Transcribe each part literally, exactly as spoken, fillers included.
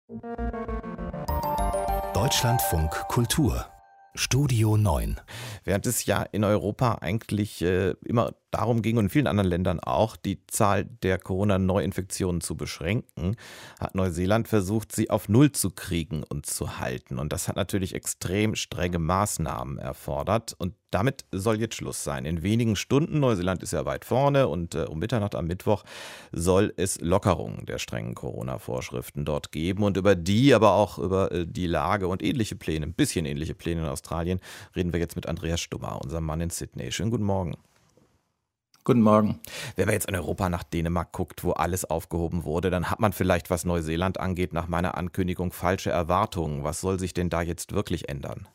Deutschlandfunk Kultur Studio neun. Während es ja in Europa eigentlich äh, immer darum ging und in vielen anderen Ländern auch, die Zahl der Corona-Neuinfektionen zu beschränken, hat Neuseeland versucht, sie auf Null zu kriegen und zu halten. Und das hat natürlich extrem strenge Maßnahmen erfordert. Und damit soll jetzt Schluss sein. In wenigen Stunden, Neuseeland ist ja weit vorne, und äh, um Mitternacht am Mittwoch soll es Lockerungen der strengen Corona-Vorschriften dort geben. Und über die, aber auch über äh, die Lage und ähnliche Pläne, ein bisschen ähnliche Pläne in Australien, reden wir jetzt mit Andreas Stummer, unserem Mann in Sydney. Schönen guten Morgen. Guten Morgen. Wenn man jetzt in Europa nach Dänemark guckt, wo alles aufgehoben wurde, dann hat man vielleicht, was Neuseeland angeht, nach meiner Ankündigung falsche Erwartungen. Was soll sich denn da jetzt wirklich ändern?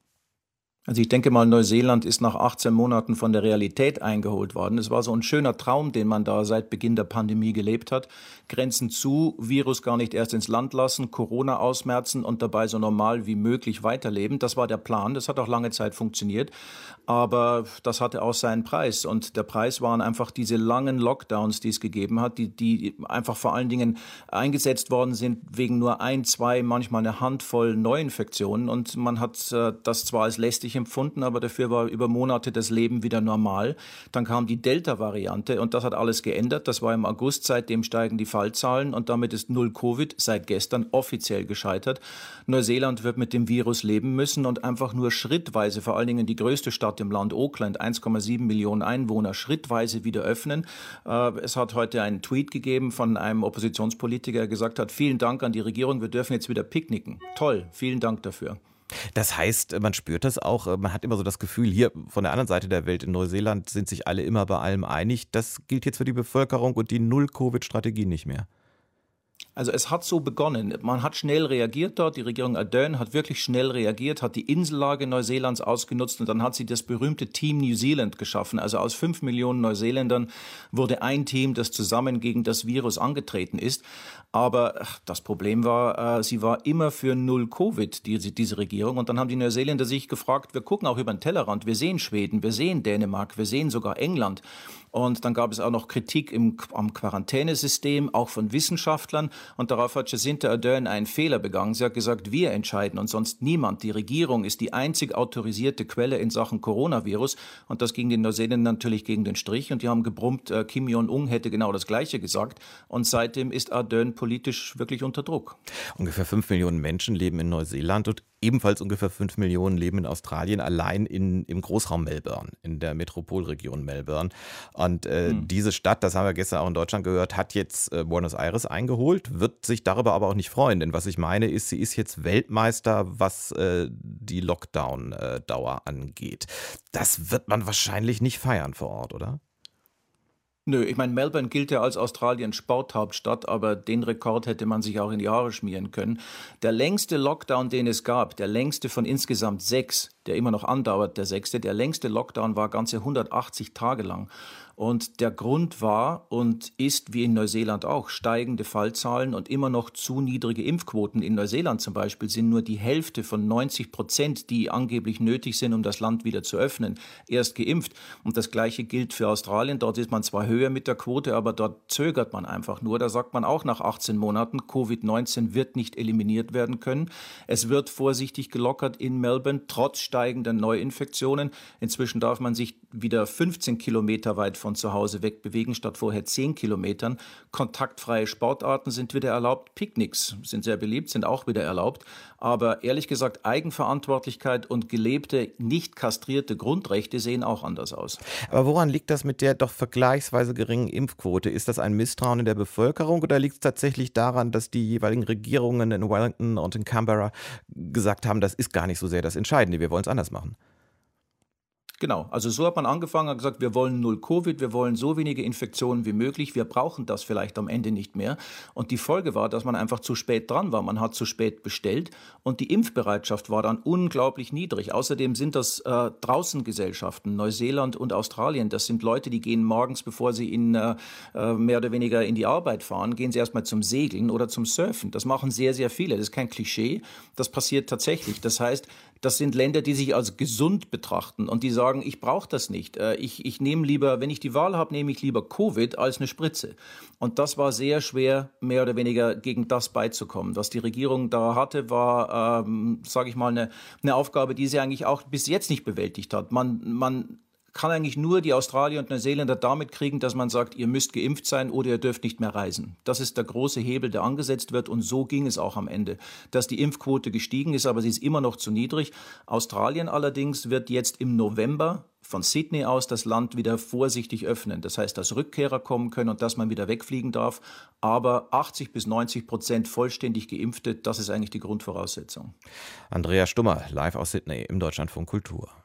Also ich denke mal, Neuseeland ist nach achtzehn Monaten von der Realität eingeholt worden. Es war so ein schöner Traum, den man da seit Beginn der Pandemie gelebt hat. Grenzen zu, Virus gar nicht erst ins Land lassen, Corona ausmerzen und dabei so normal wie möglich weiterleben. Das war der Plan. Das hat auch lange Zeit funktioniert. Aber das hatte auch seinen Preis. Und der Preis waren einfach diese langen Lockdowns, die es gegeben hat, die, die einfach vor allen Dingen eingesetzt worden sind wegen nur ein, zwei, manchmal eine Handvoll Neuinfektionen. Und man hat äh, das zwar als lästig empfunden, aber dafür war über Monate das Leben wieder normal. Dann kam die Delta-Variante und das hat alles geändert. Das war im August, seitdem steigen die Fallzahlen und damit ist Null Covid seit gestern offiziell gescheitert. Neuseeland wird mit dem Virus leben müssen und einfach nur schrittweise, vor allen Dingen die größte Stadt im Land, Auckland, eins Komma sieben Millionen Einwohner, schrittweise wieder öffnen. Es hat heute einen Tweet gegeben von einem Oppositionspolitiker, der gesagt hat, vielen Dank an die Regierung, wir dürfen jetzt wieder picknicken. Toll, vielen Dank dafür. Das heißt, man spürt das auch, man hat immer so das Gefühl, hier von der anderen Seite der Welt in Neuseeland sind sich alle immer bei allem einig. Das gilt jetzt für die Bevölkerung und die Null-Covid-Strategie nicht mehr. Also es hat so begonnen. Man hat schnell reagiert dort. Die Regierung Ardern hat wirklich schnell reagiert, hat die Insellage Neuseelands ausgenutzt und dann hat sie das berühmte Team New Zealand geschaffen. Also aus fünf Millionen Neuseeländern wurde ein Team, das zusammen gegen das Virus angetreten ist. Aber ach, das Problem war, äh, sie war immer für Null Covid, diese, diese Regierung. Und dann haben die Neuseeländer sich gefragt, wir gucken auch über den Tellerrand. Wir sehen Schweden, wir sehen Dänemark, wir sehen sogar England. Und dann gab es auch noch Kritik im, am Quarantänesystem, auch von Wissenschaftlern. Und darauf hat Jacinda Ardern einen Fehler begangen. Sie hat gesagt, wir entscheiden und sonst niemand. Die Regierung ist die einzig autorisierte Quelle in Sachen Coronavirus. Und das ging den Neuseeländern natürlich gegen den Strich. Und die haben gebrummt, äh, Kim Jong-un hätte genau das Gleiche gesagt. Und seitdem ist Ardern politisch wirklich unter Druck. Ungefähr fünf Millionen Menschen leben in Neuseeland und ebenfalls ungefähr fünf Millionen leben in Australien, allein in, im Großraum Melbourne, in der Metropolregion Melbourne. Und äh, hm. diese Stadt, das haben wir gestern auch in Deutschland gehört, hat jetzt äh, Buenos Aires eingeholt, wird sich darüber aber auch nicht freuen. Denn was ich meine ist, sie ist jetzt Weltmeister, was äh, die Lockdown-Dauer angeht. Das wird man wahrscheinlich nicht feiern vor Ort, oder? Nö, ich meine, Melbourne gilt ja als Australiens Sporthauptstadt, aber den Rekord hätte man sich auch in die Haare schmieren können. Der längste Lockdown, den es gab, der längste von insgesamt sechs, der immer noch andauert, der sechste, der längste Lockdown war ganze hundertachtzig Tage lang. Und der Grund war und ist, wie in Neuseeland auch, steigende Fallzahlen und immer noch zu niedrige Impfquoten. In Neuseeland zum Beispiel sind nur die Hälfte von neunzig Prozent, die angeblich nötig sind, um das Land wieder zu öffnen, erst geimpft. Und das Gleiche gilt für Australien. Dort ist man zwar höher mit der Quote, aber dort zögert man einfach nur. Da sagt man auch nach achtzehn Monaten, Covid neunzehn wird nicht eliminiert werden können. Es wird vorsichtig gelockert in Melbourne, trotz steigender Neuinfektionen. Inzwischen darf man sich wieder fünfzehn Kilometer weit von zu Hause wegbewegen, statt vorher zehn Kilometern. Kontaktfreie Sportarten sind wieder erlaubt. Picknicks sind sehr beliebt, sind auch wieder erlaubt. Aber ehrlich gesagt, Eigenverantwortlichkeit und gelebte, nicht kastrierte Grundrechte sehen auch anders aus. Aber woran liegt das mit der doch vergleichsweise geringen Impfquote? Ist das ein Misstrauen in der Bevölkerung oder liegt es tatsächlich daran, dass die jeweiligen Regierungen in Wellington und in Canberra gesagt haben, das ist gar nicht so sehr das Entscheidende, wir wollen es anders machen? Genau, also so hat man angefangen, hat gesagt, wir wollen Null Covid, wir wollen so wenige Infektionen wie möglich, wir brauchen das vielleicht am Ende nicht mehr. Und die Folge war, dass man einfach zu spät dran war, man hat zu spät bestellt und die Impfbereitschaft war dann unglaublich niedrig. Außerdem sind das äh, Draußengesellschaften, Neuseeland und Australien, das sind Leute, die gehen morgens, bevor sie in, äh, mehr oder weniger in die Arbeit fahren, gehen sie erstmal zum Segeln oder zum Surfen. Das machen sehr, sehr viele, das ist kein Klischee, das passiert tatsächlich. Das heißt, Das sind Länder, die sich als gesund betrachten und die sagen, ich brauche das nicht. Ich, ich nehme lieber, wenn ich die Wahl habe, nehme ich lieber Covid als eine Spritze. Und das war sehr schwer, mehr oder weniger gegen das beizukommen. Was die Regierung da hatte, war, ähm, sage ich mal, eine, eine Aufgabe, die sie eigentlich auch bis jetzt nicht bewältigt hat. Man, man kann eigentlich nur die Australier und Neuseeländer damit kriegen, dass man sagt, ihr müsst geimpft sein oder ihr dürft nicht mehr reisen. Das ist der große Hebel, der angesetzt wird und so ging es auch am Ende. Dass die Impfquote gestiegen ist, aber sie ist immer noch zu niedrig. Australien allerdings wird jetzt im November von Sydney aus das Land wieder vorsichtig öffnen. Das heißt, dass Rückkehrer kommen können und dass man wieder wegfliegen darf. Aber achtzig bis neunzig Prozent vollständig Geimpfte, das ist eigentlich die Grundvoraussetzung. Andreas Stummer, live aus Sydney im Deutschlandfunk Kultur.